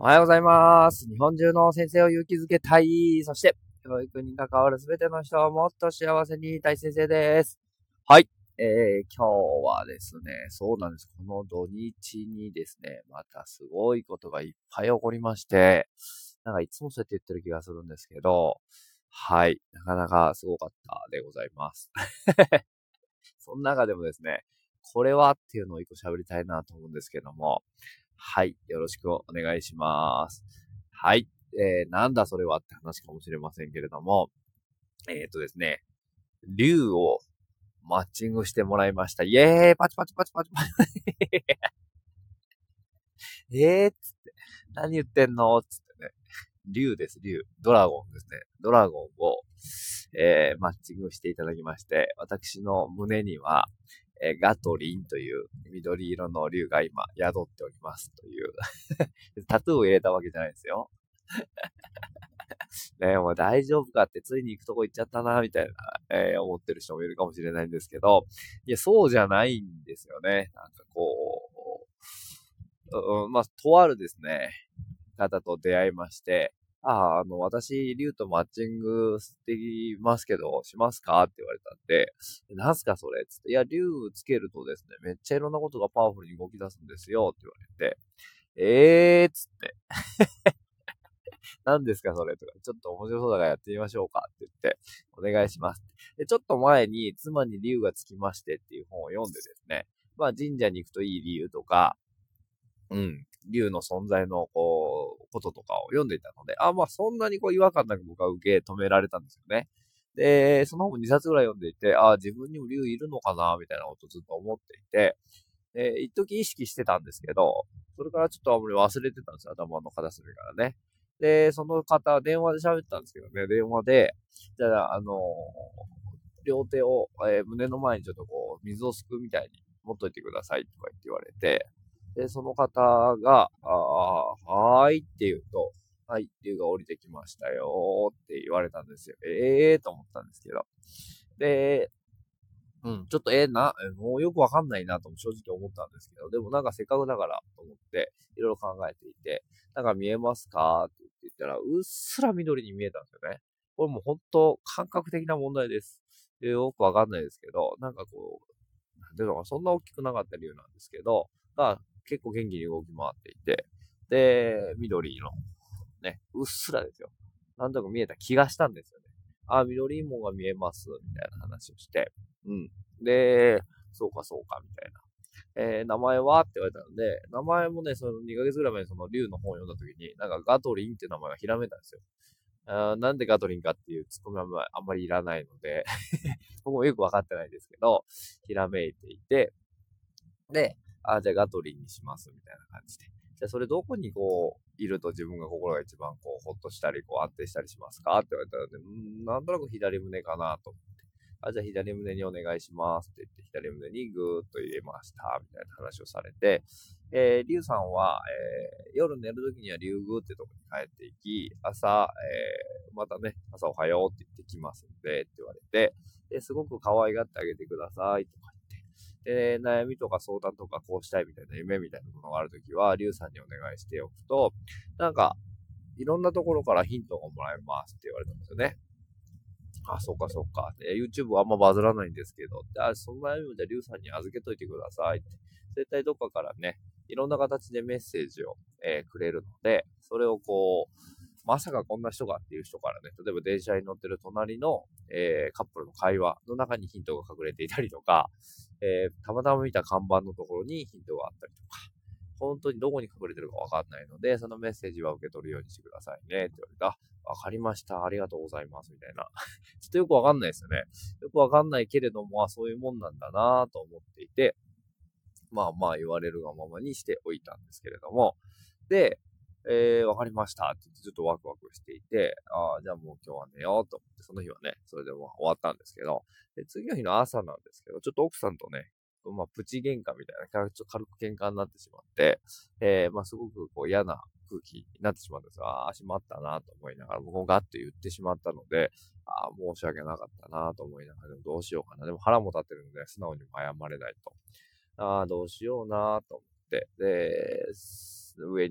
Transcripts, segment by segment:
おはようございます。日本中の先生を勇気づけたい。そして、教育に関わるすべての人をもっと幸せに大先生です。はい。今日はですね、そうなんです。この土日にですね、またすごいことがいっぱい起こりまして、なんかいつもそうやって言ってる気がするんですけど、はい。なかなかすごかったでございます。その中でもですね、これはっていうのを一個喋りたいなと思うんですけども、はい。よろしくお願いします。はい。なんだそれはって話かもしれませんけれども、ですね、竜をマッチングしてもらいました。イエーイパチパチパチパチパチつって、何言ってんのつってね。竜です、竜。ドラゴンですね。ドラゴンを、マッチングしていただきまして、私の胸には、ガトリンという緑色の竜が今宿っておりますというタトゥーを入れたわけじゃないですよ。ね、もう大丈夫かってついに行くとこ行っちゃったな、みたいな、思ってる人もいるかもしれないんですけど、いや、そうじゃないんですよね。なんかこう、まあ、とあるですね、方と出会いまして、私、リュウとマッチングできますけど、しますかって言われたんで、なんすかそれつって、いや、リュウつけるとですね、めっちゃいろんなことがパワフルに動き出すんですよって言われて、つって、何ですかそれとか、ちょっと面白そうだからやってみましょうかって言って、お願いします。で、ちょっと前に、妻に竜がつきましてっていう本を読んでですね、まあ神社に行くといい理由とか、竜の存在の、こととかを読んでいたので、まあそんなに違和感なく僕は受け止められたんですよね。で、その本2冊ぐらい読んでいて、自分にも竜いるのかなみたいなことをずっと思っていて、一時意識してたんですけど、それからちょっとあんまり忘れてたんですよ、頭の片隅からね。で、その方、電話で喋ったんですけどね、電話で、じゃあ、両手を、胸の前にちょっと水をすくうみたいに持っといてくださいとか言われて、で、その方が、はーいって言うと、はい、竜が降りてきましたよって言われたんですよ。と思ったんですけど。で、ちょっともうよくわかんないなと正直思ったんですけど、でもなんかせっかくだからと思って、いろいろ考えていて、なんか見えますかって言ったら、うっすら緑に見えたんですよね。これもう本当感覚的な問題です。よくわかんないですけど、なんかなんていうのかそんな大きくなかった理由なんですけど、結構元気に動き回っていて、で、緑の、ね、うっすらですよ。なんとなく見えた気がしたんですよね。緑いもんが見えます、みたいな話をして。うん。で、そうかそうか、みたいな。名前はって言われたので、名前もね、その2ヶ月ぐらい前にその竜の本を読んだ時に、なんかガトリンって名前がひらめいたんですよ。なんでガトリンかっていうツッコミはあんまりいらないので僕もよくわかってないですけど、ひらめいていて、で、じゃあガトリンにします、みたいな感じで。じゃあそれどこにいると自分が心が一番ほっとしたり、安定したりしますかって言われたので、なんとなく左胸かなと思って。じゃあ左胸にお願いしますって言って、左胸にぐーっと入れました、みたいな話をされて、リュウさんは、夜寝るときにはリュウグーってとこに帰っていき、朝、またね、朝おはようって言ってきますんで、って言われて、すごく可愛がってあげてくださいとか悩みとか相談とかこうしたいみたいな夢みたいなものがあるときは、リュウさんにお願いしておくと、なんか、いろんなところからヒントがもらえますって言われたんですよね。そうかそうか。YouTube はあんまバズらないんですけど、そんな意味でリュウさんに預けといてくださいって。絶対どっかからね、いろんな形でメッセージを、くれるので、それをまさかこんな人がっていう人からね、例えば電車に乗ってる隣の、カップルの会話の中にヒントが隠れていたりとか、たまたま見た看板のところにヒントがあったりとか、本当にどこに隠れてるかわかんないので、そのメッセージは受け取るようにしてくださいね、って言われた。わかりました。ありがとうございます。みたいな。ちょっとよくわかんないですよね。よくわかんないけれども、そういうもんなんだなと思っていて、まあまあ言われるがままにしておいたんですけれども、で、わかりましたって言ってちょっとワクワクしていて、じゃあもう今日は寝ようと思って、その日はね、それでも終わったんですけど、で、次の日の朝なんですけど、ちょっと奥さんとね、まあ、プチ喧嘩みたいな、ちょっと軽く喧嘩になってしまって、まあ、すごく嫌な空気になってしまうんですが、しまったなと思いながら、僕もガッと言ってしまったので、申し訳なかったなと思いながら、でもどうしようかな。でも腹も立ってるので、素直にも謝れないと。どうしようなと思って、で、上に行っ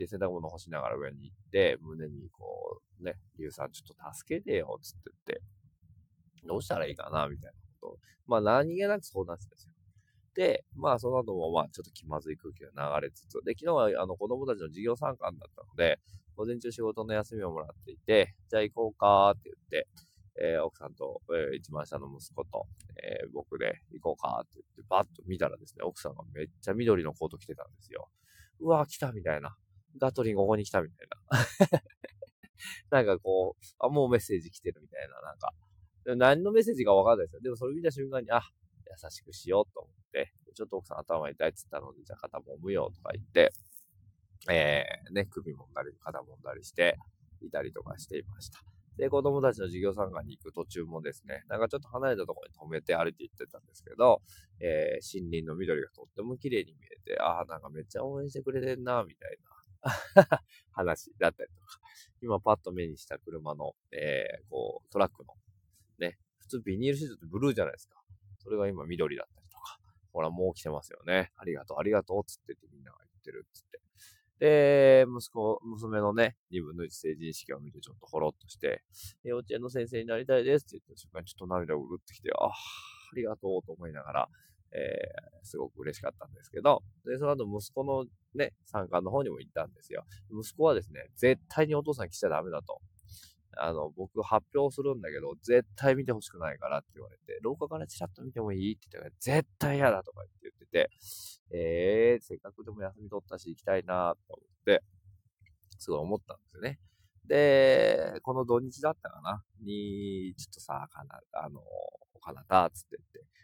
て洗濯物干しながら上に行って、胸にこう、ね、リュウさんちょっと助けてよ、つって言って、どうしたらいいかな、みたいなことを、まあ何気なく相談してたんですよ。で、まあその後もまあちょっと気まずい空気が流れつつ、で、昨日は子供たちの授業参観だったので、午前中仕事の休みをもらっていて、じゃあ行こうかって言って、奥さんと、一番下の息子と、僕で行こうかって言って、バッと見たらですね、奥さんがめっちゃ緑のコート着てたんですよ。うわ、来たみたいな。ガトリンここに来たみたいな。なんかこう、あ、もうメッセージ来てるみたいな、なんか。何のメッセージかわかんないですよ。でもそれ見た瞬間に、あ、優しくしようと思って、ちょっと奥さん頭痛いって言ったので、じゃあ肩もむよとか言って、ね、首もんだり、肩もんだりして、いたりとかしていました。で、子供たちの授業参観に行く途中もですね、なんかちょっと離れたところに止めて歩いて行ってたんですけど、森林の緑がとっても綺麗に見えて、ああ、なんかめっちゃ応援してくれてんな、みたいな話だったりとか、今パッと目にした車の、こう、トラックの、ね、普通ビニールシートってブルーじゃないですか。それが今緑だったりとか、ほら、もう来てますよね。ありがとう、ありがとう、つってみんなが言ってる、つって。で、娘のね、2分の1成人式を見てちょっとほろっとして、幼稚園の先生になりたいですって言った瞬間にちょっと涙がうるってきて、ありがとうと思いながら、すごく嬉しかったんですけど、で、その後息子のね、参観の方にも行ったんですよ。息子はですね、絶対にお父さん来ちゃダメだと。僕発表するんだけど、絶対見てほしくないからって言われて、廊下からチラッと見てもいいって言ったら、絶対嫌だとか言ってて、せっかくでも休み取ったし行きたいなと思って、すごい思ったんですよね。で、この土日だったかなに、ちょっとさ、かなた、つって言って、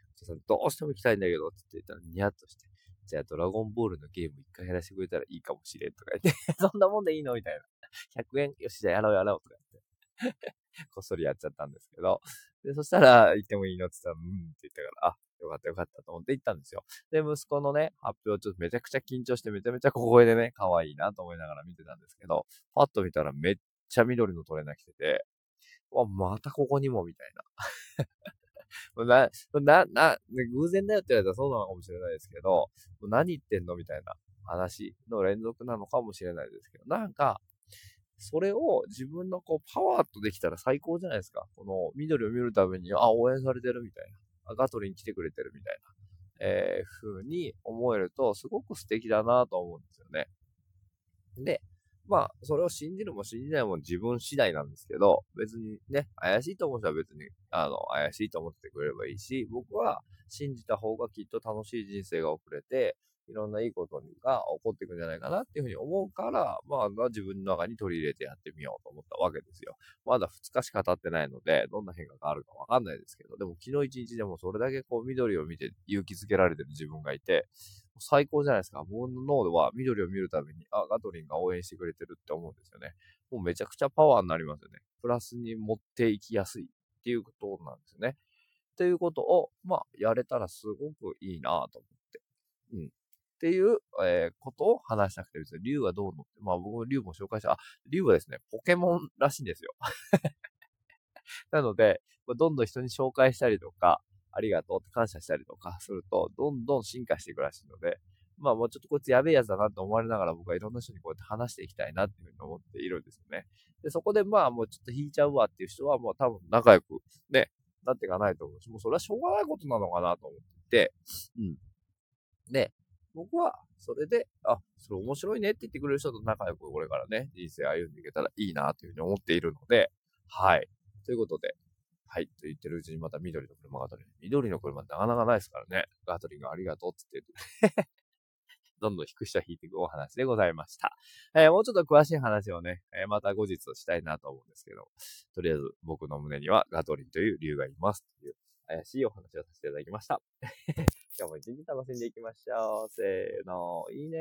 どうしても行きたいんだけど、つって言ったらニヤッとして、じゃあドラゴンボールのゲーム一回やらせてくれたらいいかもしれんとか言って、そんなもんでいいのみたいな。100円、よし、じゃあやろうやろうとか言って。こっそりやっちゃったんですけど。で、そしたら、行ってもいいのって言ったら、って言ったから、あ、よかったよかったと思って行ったんですよ。で、息子のね、発表ちょっとめちゃくちゃ緊張してめちゃめちゃ小声でね、可愛いなと思いながら見てたんですけど、パッと見たらめっちゃ緑のトレーナー着てて、わ、またここにもみたいな。偶然だよって言われたらそうなのかもしれないですけど、何言ってんのみたいな話の連続なのかもしれないですけど、なんか、それを自分のこうパワーとできたら最高じゃないですか。この緑を見るために、あ、応援されてるみたいな。ガトリン来てくれてるみたいな、風に思えるとすごく素敵だなと思うんですよね。で、まあ、それを信じるも信じないも自分次第なんですけど、別にね、怪しいと思う人は別に、怪しいと思ってくれればいいし、僕は信じた方がきっと楽しい人生が送れて、いろんないいことが起こっていくんじゃないかなっていうふうに思うから、まあ、自分の中に取り入れてやってみようと思ったわけですよ。まだ2日しか経ってないので、どんな変化があるかわかんないですけど、でも昨日一日でもそれだけこう緑を見て勇気づけられてる自分がいて、最高じゃないですか。僕の脳では緑を見るたびに、あ、ガトリンが応援してくれてるって思うんですよね。もうめちゃくちゃパワーになりますよね。プラスに持っていきやすいっていうことなんですよね。っていうことを、まあ、やれたらすごくいいなと思って。うん。っていう、ことを話したくて、別に竜はどうのって、まあ僕も竜も紹介した、竜はですね、ポケモンらしいんですよ。なので、どんどん人に紹介したりとか、ありがとうって感謝したりとかすると、どんどん進化していくらしいので、まあもうちょっとこいつやべえやつだなって思われながら僕はいろんな人にこうやって話していきたいなっていうふうに思っているんですよね。で、そこでまあもうちょっと引いちゃうわっていう人はもう多分仲良くね、なっていかないと思うし、もうそれはしょうがないことなのかなと思っていて、うん。で、僕はそれで、あ、それ面白いねって言ってくれる人と仲良くこれからね、人生歩んでいけたらいいなというふうに思っているので、はい。ということで、はい。と言ってるうちにまた緑の車が通る。緑の車ってなかなかないですからね。ガトリンがありがとうって言って、どんどん引く人は引いていくお話でございました。もうちょっと詳しい話をね、また後日したいなと思うんですけど、とりあえず僕の胸にはガトリンという理由がいますという怪しいお話をさせていただきました。今日も一日楽しんでいきましょう。せーの、いいね。